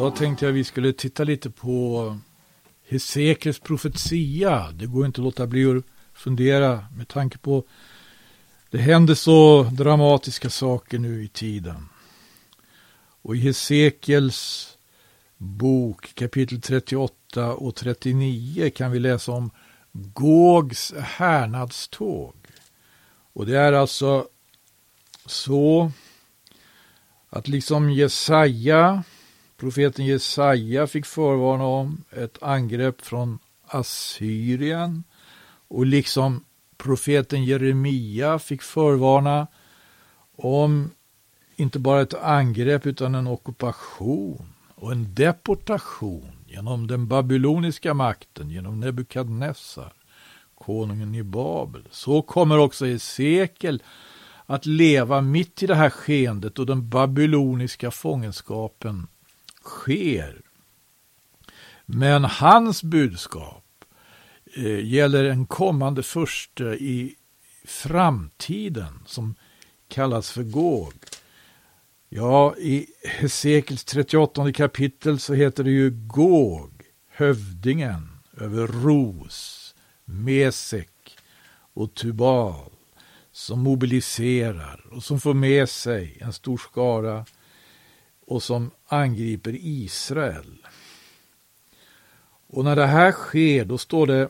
Idag tänkte jag vi skulle titta lite på Hesekiels profetia. Det går inte att låta bli att fundera med tanke på det händer så dramatiska saker nu i tiden. Och i Hesekiels bok kapitel 38 och 39 kan vi läsa om Gogs härnadståg. Och det är alltså så att liksom profeten Jesaja fick förvarna om ett angrepp från Assyrien, och liksom profeten Jeremia fick förvarna om inte bara ett angrepp utan en ockupation och en deportation genom den babyloniska makten, genom Nebukadnessar, konungen i Babel. Så kommer också Hesekiel att leva mitt i det här skeendet och den babyloniska fångenskapen sker. Men hans budskap gäller en kommande furste i framtiden som kallas för Gog. Ja, i Hesekiels 38 kapitel så heter det ju Gog, hövdingen över Ros, Mesek och Tubal, som mobiliserar och som får med sig en stor skara och som angriper Israel. Och när det här sker, då står det: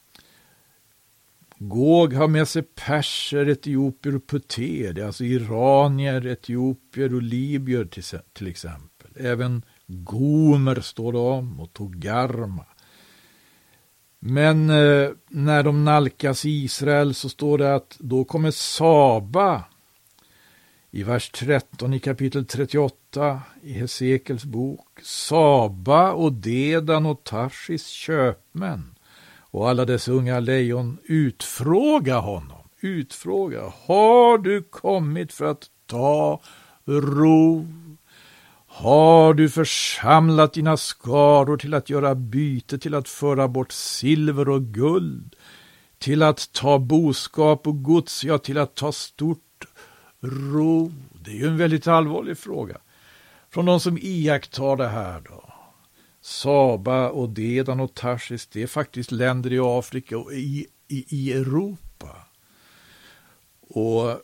Gog har med sig perser, etiopier och puter, det är alltså iranier, etiopier och libyer till exempel. Även Gomer står det om och Togarma. Men när de nalkas Israel så står det att då kommer Saba i vers 13 i kapitel 38 i Hesekiels bok. Saba och Dedan och Tarsis köpmän och alla dess unga lejon utfråga honom. Har du kommit för att ta ro? Har du församlat dina skaror till att göra byte, till att föra bort silver och guld, till att ta boskap och gods, ja, till att ta stort ro? Det är ju en väldigt allvarlig fråga från de som iakttar det här då. Saba och Dedan och Tarsis, det är faktiskt länder i Afrika och i Europa. Och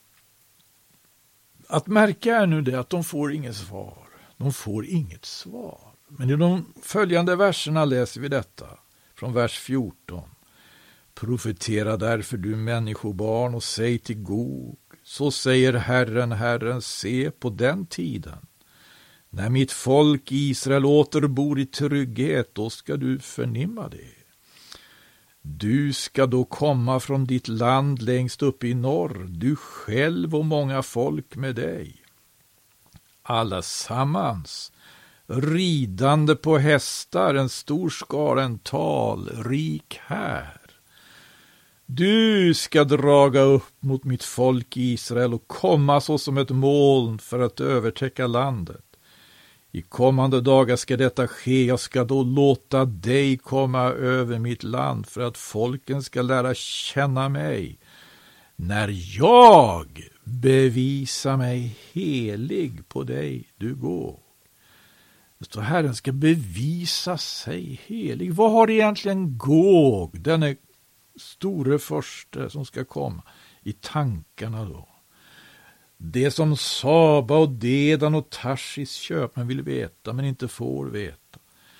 att märka är nu det att de får inget svar. De får inget svar. Men i de följande verserna läser vi detta. Från vers 14. Profetera därför du människobarn och säg till Gog. Så säger Herren, se på den tiden. När mitt folk Israel åter bor i trygghet, då ska du förnimma det. Du ska då komma från ditt land längst upp i norr, du själv och många folk med dig. Allasammans, ridande på hästar, en stor skara, en talrik här. Du ska draga upp mot mitt folk Israel och komma så som ett moln för att övertäcka landet. I kommande dagar ska detta ske, jag ska då låta dig komma över mitt land för att folken ska lära känna mig. När jag bevisar mig helig på dig, du går. Det står Herren ska bevisa sig helig. Vad har egentligen Gog, denne store förste som ska komma, i tankarna då? Det som Saba och Dedan och Tarsis köpmän vill veta men inte får veta.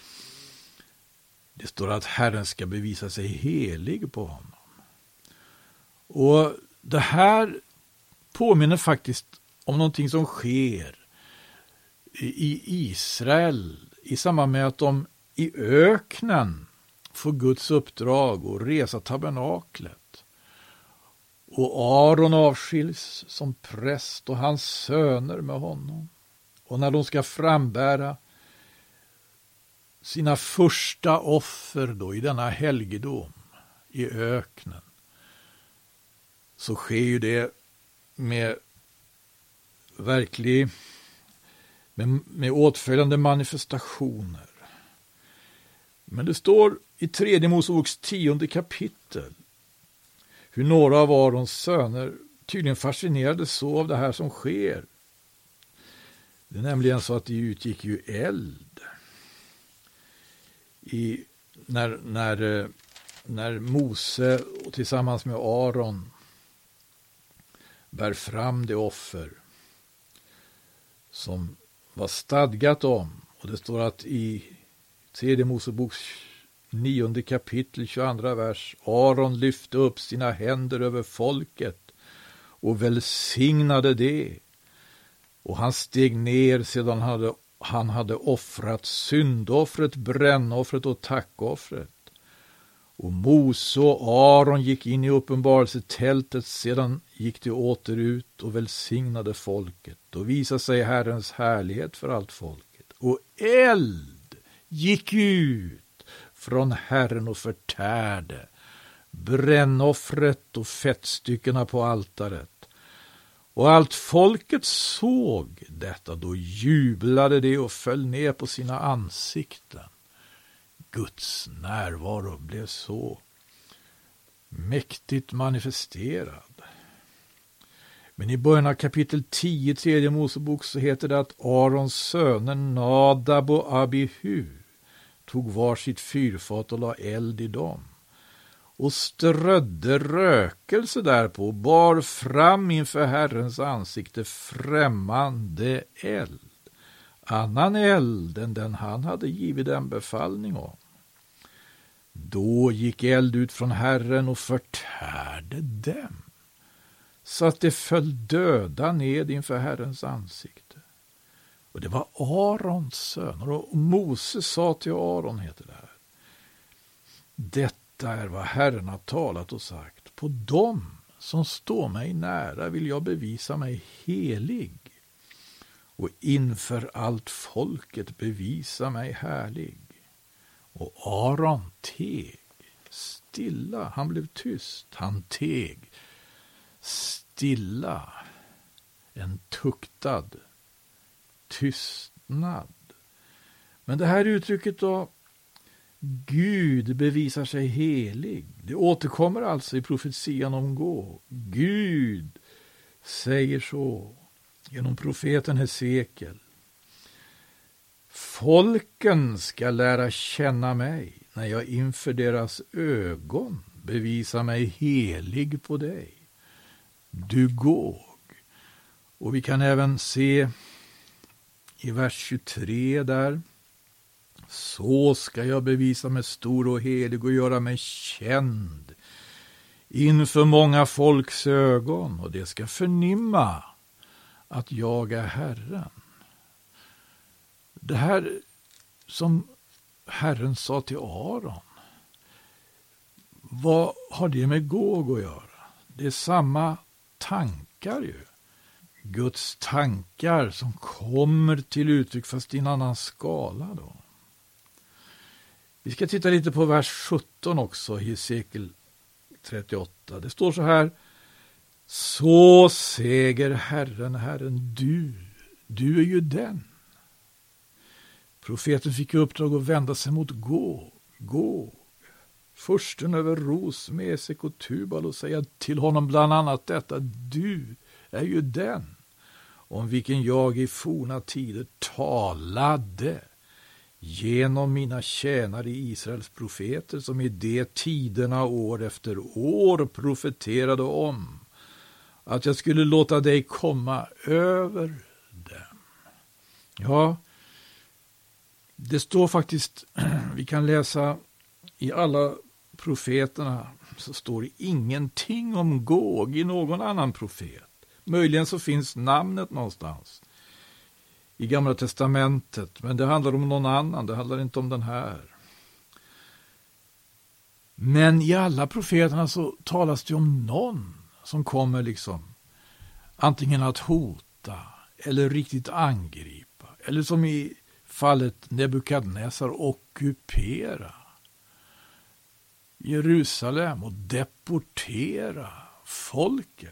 Det står att Herren ska bevisa sig helig på honom. Och det här påminner faktiskt om någonting som sker i Israel i samband med att de i öknen får Guds uppdrag att resa tabernaklet. Och Aron avskiljs som präst och hans söner med honom. Och när de ska frambära sina första offer då i denna helgedom i öknen, så sker ju det med med åtföljande manifestationer. Men det står i 3 Moseboks 10 kapitel hur några av Arons söner tydligen fascinerades så av det här som sker. Det är nämligen så att det utgick ju eld när Mose tillsammans med Aron bär fram det offer som var stadgat om. Och det står att i 3 Moseboks 9 kapitel 22 vers: Aron lyfte upp sina händer över folket och välsignade det. Och han steg ner sedan han hade offrat syndoffret, brännoffret och tackoffret. Och Mose och Aron gick in i uppenbarelsetältet, sedan gick de åter ut och välsignade folket. Då visade sig Herrens härlighet för allt folket. Och eld gick ut från Herren och förtärde brännoffret och fettstyckena på altaret. Och allt folket såg detta, då jublade de och föll ner på sina ansikten. Guds närvaro blev så mäktigt manifesterad. Men i början av kapitel 10, 3 Mosebok, så heter det att Arons söner Nadab och Abihu tog var sitt fyrfat och la eld i dem och strödde rökelse därpå och bar fram inför Herrens ansikte främmande eld, annan eld än den han hade givit dem befallning om. Då gick eld ut från Herren och förtärde dem, så att det föll döda ned inför Herrens ansikte. Och det var Arons söner, och Moses sa till Aron, heter det här: detta är vad Herren har talat och sagt. På dem som står mig nära vill jag bevisa mig helig, och inför allt folket bevisa mig härlig. Och Aron teg stilla, han blev tyst, han teg stilla, en tuktad tystnad. Men det här uttrycket då, Gud bevisar sig helig, det återkommer alltså i profetian om gå. Gud säger så genom profeten Hesekiel: folken ska lära känna mig när jag inför deras ögon bevisar mig helig på dig, du Gog. Och vi kan även se i vers 23 där: så ska jag bevisa mig stor och helig och göra mig känd inför många folks ögon, och det ska förnimma att jag är Herren. Det här som Herren sa till Aron, vad har det med Gog att göra? Det är samma tankar ju. Guds tankar som kommer till uttryck, fast i en annan skala då. Vi ska titta lite på vers 17 också i Hesekiel 38. Det står så här: så säger Herren, Herren, du är ju den. Profeten fick uppdrag att vända sig mot Gog, fursten över Ros, Mesek och Tubal, och säga till honom bland annat detta: du är ju den om vilken jag i forna tider talade genom mina tjänare Israels profeter, som i de tiderna år efter år profeterade om att jag skulle låta dig komma över dem. Ja, det står faktiskt, vi kan läsa i alla profeterna, så står det ingenting om Gog i någon annan profet. Möjligen så finns namnet någonstans i Gamla testamentet, men det handlar om någon annan, det handlar inte om den här. Men i alla profeterna så talas det om någon som kommer liksom antingen att hota eller riktigt angripa, eller som i fallet Nebukadnessar ockupera Jerusalem och deportera folket.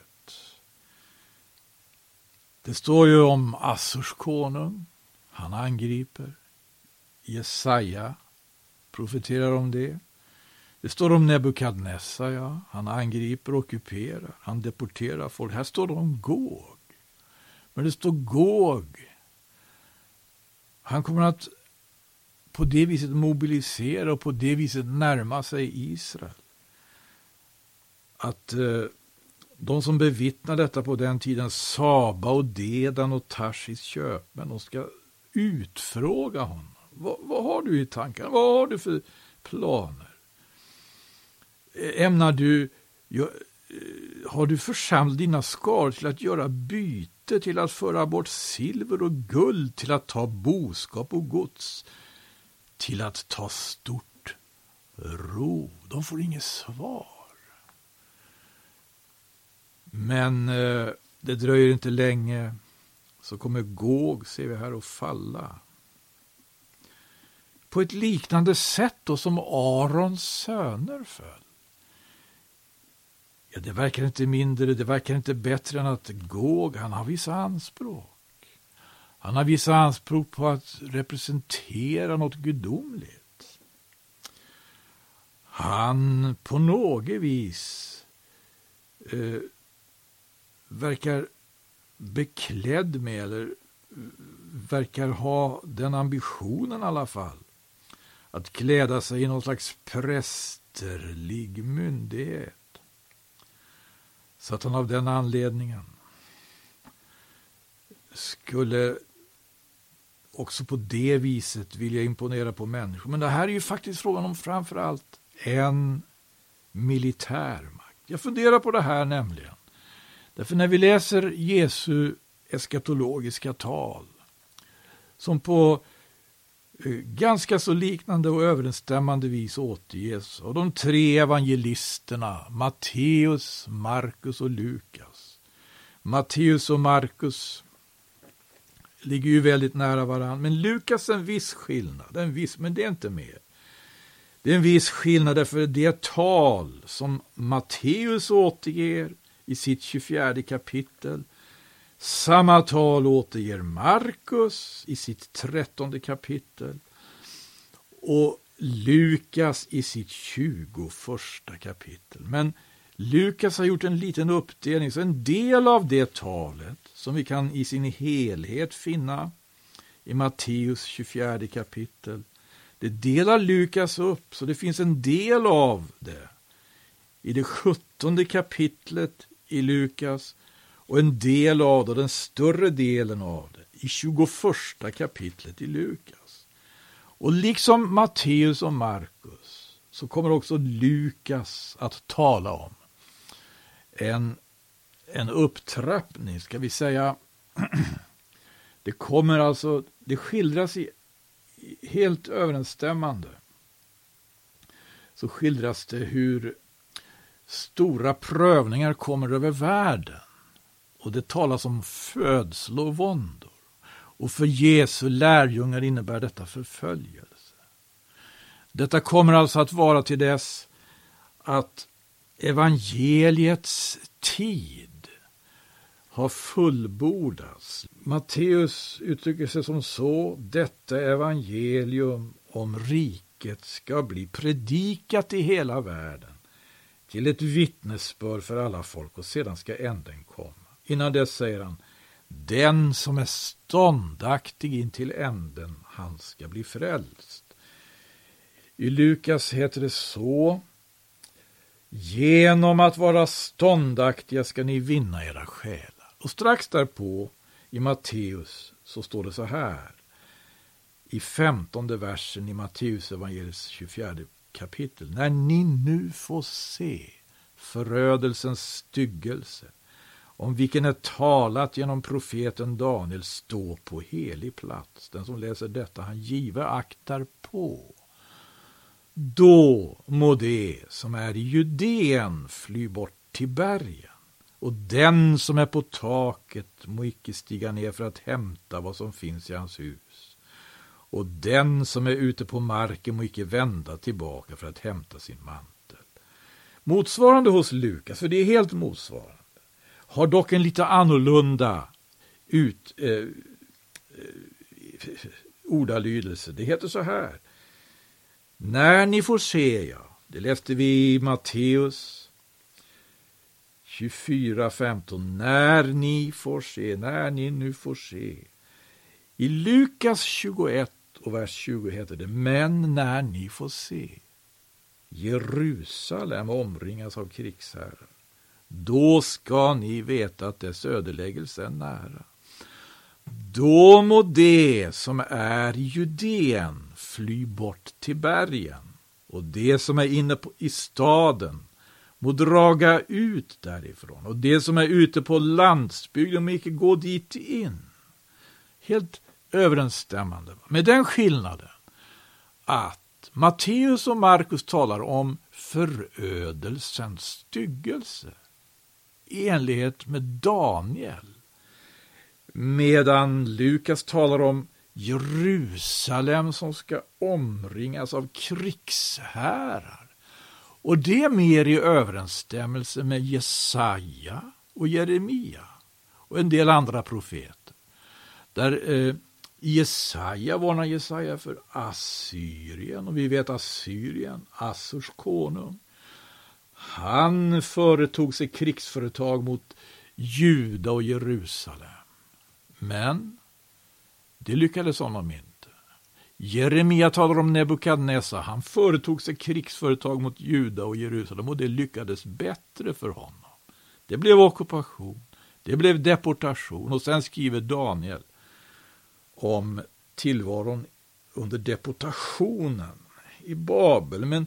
Det står ju om Assurs konung, han angriper. Jesaja profeterar om det. Det står om Nebukadnessar, ja, han angriper, ockuperar, han deporterar folk. Här står det om Gog. Men det står Gog, han kommer att på det viset mobilisera och på det viset närma sig Israel. Att de som bevittnar detta på den tiden, Saba och Dedan och Tarsis köpmän, de ska utfråga honom. Vad har du i tankar? Vad har du för planer? Har du församlat dina skar till att göra byte, till att föra bort silver och guld, till att ta boskap och gods, till att ta stort ro? De får inget svar. Men det dröjer inte länge så kommer Gog, ser vi här, att falla. På ett liknande sätt då som Arons söner föll. Ja, det verkar inte bättre än att Gog, han har vissa anspråk. Han har vissa anspråk på att representera något gudomligt. Han på något vis verkar beklädd med, eller verkar ha den ambitionen i alla fall, att kläda sig i någon slags prästerlig myndighet. Så att han av den anledningen skulle också på det viset vilja imponera på människor. Men det här är ju faktiskt frågan om framförallt en militärmakt. Jag funderar på det här nämligen. Därför när vi läser Jesu eskatologiska tal, som på ganska så liknande och överensstämmande vis återges av de tre evangelisterna Matteus, Markus och Lukas. Matteus och Markus ligger ju väldigt nära varandra, men Lukas är en viss skillnad, men det är inte mer. Det är en viss skillnad därför det tal som Matteus återger i sitt 24 kapitel, samma tal återger Markus i sitt 13 kapitel och Lukas i sitt 21 kapitel. Men Lukas har gjort en liten uppdelning, så en del av det talet som vi kan i sin helhet finna i Matteus 24 kapitel, det delar Lukas upp, så det finns en del av det i det 17 kapitlet i Lukas och en del av det, den större delen av det, i 21 kapitlet i Lukas. Och liksom Matteus och Markus så kommer också Lukas att tala om en upptrappning, ska vi säga. Det skildras i helt överensstämmande. Så skildras det hur stora prövningar kommer över världen. Och det talas om födslovåndor. Och för Jesu lärjungar innebär detta förföljelse. Detta kommer alltså att vara till dess att evangeliets tid har fullbordats. Matteus uttrycker sig som så: detta evangelium om riket ska bli predikat i hela världen till ett vittnesbörd för alla folk, och sedan ska änden komma. Innan dess säger han: den som är ståndaktig in till änden, han ska bli frälst. I Lukas heter det så: genom att vara ståndaktiga ska ni vinna era själar. Och strax därpå i Matteus så står det så här i 15:e versen i Matteus evangeliets 24 kapitel: när ni nu får se förödelsens styggelse, om vilken är talat genom profeten Daniel, stå på helig plats. Den som läser detta, han give aktar på. Då må det som är i Judeen fly bort till bergen, och den som är på taket må icke stiga ner för att hämta vad som finns i hans hus, och den som är ute på marken må icke vända tillbaka för att hämta sin mantel. Motsvarande hos Lukas, för det är helt motsvarande, har dock en lite annorlunda ordalydelse. Det heter så här: när ni får se, det läste vi i Matteus 24:15, när ni nu får se. I Lukas 21 och vers 20 heter det: men när ni får se Jerusalem omringas av krigsherrar, då ska ni veta att dess ödeläggelse är nära. Då må det som är i Judeen fly bort till bergen, och det som är inne i staden må draga ut därifrån, och det som är ute på landsbygden må icke gå dit in. Helt överensstämmande, med den skillnaden att Matteus och Markus talar om förödelsens styggelse i enlighet med Daniel, medan Lukas talar om Jerusalem som ska omringas av krigsherrar. Och det är mer i överensstämmelse med Jesaja och Jeremia och en del andra profeter. Där Jesaja varnar Jesaja för Assyrien, och vi vet Assyrien, Assurs konung. Han företog sig krigsföretag mot Juda och Jerusalem. Men det lyckades honom inte. Jeremia talar om Nebukadnessar. Han företog sig krigsföretag mot Juda och Jerusalem, och det lyckades bättre för honom. Det blev ockupation, det blev deportation, och sen skriver Daniel om tillvaron under deportationen i Babel. Men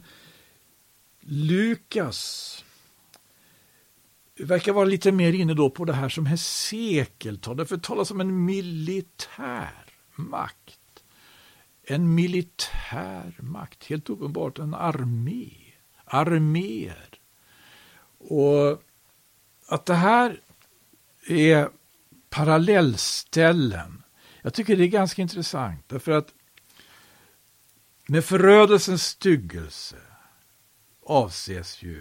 Lukas verkar vara lite mer inne då på det här som Hesekiel tar. Därför talas om en militär makt. En militär makt. Helt uppenbart en armé. Arméer. Och att det här är parallellställen. Jag tycker det är ganska intressant. Därför att med förödelsens styggelse avses ju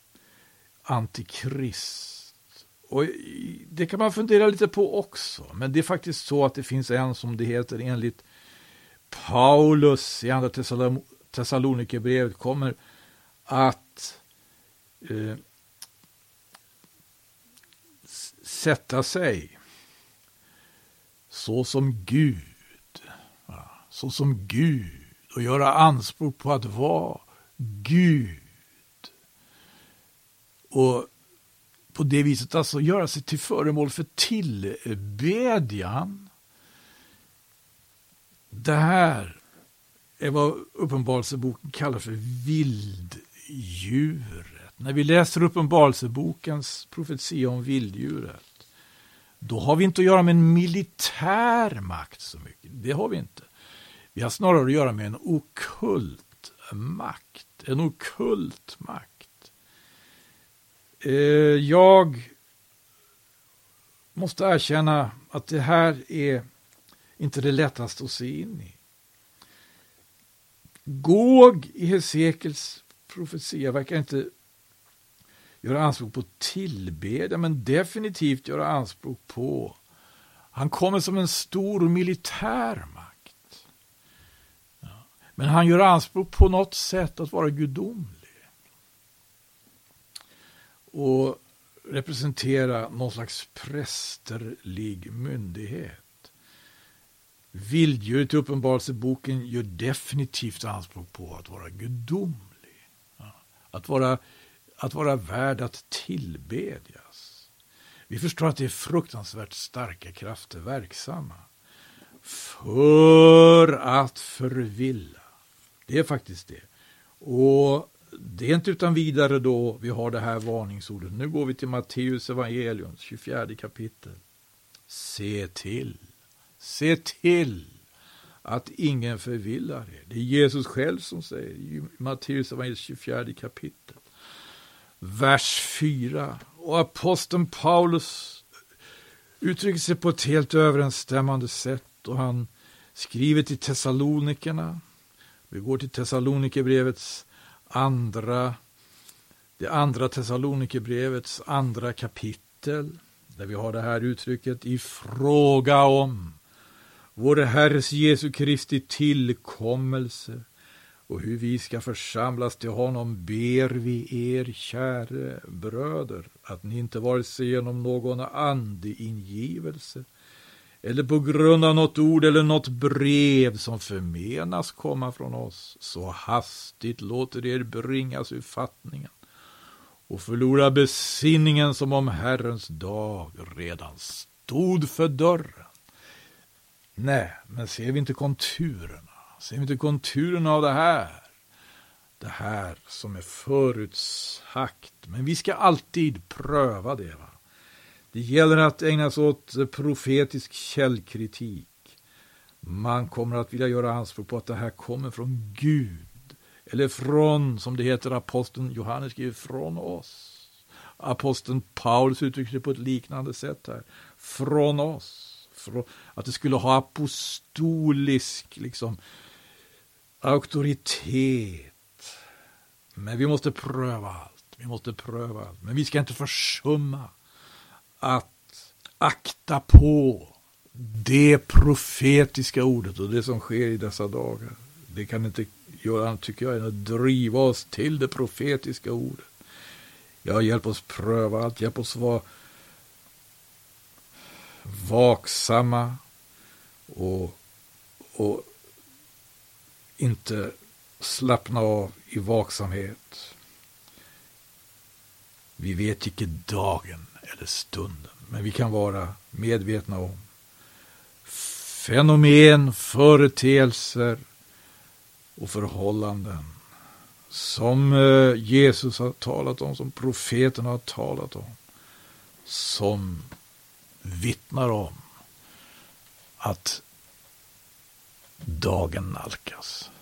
antikrist. Och det kan man fundera lite på också. Men det är faktiskt så att det finns en, som det heter enligt Paulus i andra Thessalonikerbrevet, kommer att sätta sig så som Gud. Så som Gud. Och göra anspråk på att vara Gud. Och på det viset alltså göra sig till föremål för tillbedjan. Det här är vad Uppenbarelseboken kallar för vilddjuret. När vi läser Uppenbarelsebokens profetia om vilddjuret, då har vi inte att göra med en militär makt så mycket. Det har vi inte. Vi har snarare att göra med en ockult makt. En ockult makt. Jag måste erkänna att det här är inte det lättaste att se in i. Gog i Hesekiels profetia verkar inte göra anspråk på tillbedjan, men definitivt göra anspråk på. Han kommer som en stor militär makt. Ja. Men han gör anspråk på något sätt att vara gudomlig. Och representera någon slags prästerlig myndighet. Vilddjuret i Uppenbarelseboken gör definitivt anspråk på att vara gudomlig. Ja. Att vara värd att tillbedjas. Vi förstår att det är fruktansvärt starka krafter verksamma för att förvilla. Det är faktiskt det. Och det är inte utan vidare då vi har det här varningsordet. Nu går vi till Matteus evangelium, 24 kapitel. Se till att ingen förvillar er. Det är Jesus själv som säger i Matteus evangelium 24 kapitel. Vers 4. Och aposteln Paulus uttrycker sig på ett helt överensstämmande sätt. Och han skriver till Thessalonikerna. Vi går till Thessalonikerbrevets det andra Thessalonikerbrevets andra kapitel. Där vi har det här uttrycket: i fråga om vår Herres Jesu Kristi tillkommelse och hur vi ska församlas till honom, ber vi er, käre bröder, att ni inte vare sig genom någon andeingivelse eller på grund av något ord eller något brev som förmenas komma från oss, så hastigt låter er bringas ur fattningen och förlora besinningen som om Herrens dag redan stod för dörren. Nej, men ser vi inte konturerna? Ser vi inte konturerna av det här? Det här som är förutsagt. Men vi ska alltid pröva det, va? Det gäller att ägna sig åt profetisk källkritik. Man kommer att vilja göra anspråk på att det här kommer från Gud. Eller från, som det heter, aposteln Johannes skriver, från oss. Aposteln Paulus uttrycker sig på ett liknande sätt här. Från oss. Att det skulle ha apostolisk auktoritet. Men vi måste pröva allt. Men vi ska inte försumma att akta på det profetiska ordet och det som sker i dessa dagar. Det kan inte göra, tycker jag, att driva oss till det profetiska ordet. Ja, hjälp oss pröva allt. Hjälp oss vara vaksamma och inte slappna av i vaksamhet. Vi vet inte dagen eller stunden, men vi kan vara medvetna om fenomen, företeelser och förhållanden som Jesus har talat om, som profeterna har talat om, som vittnar om att dagen nalkas.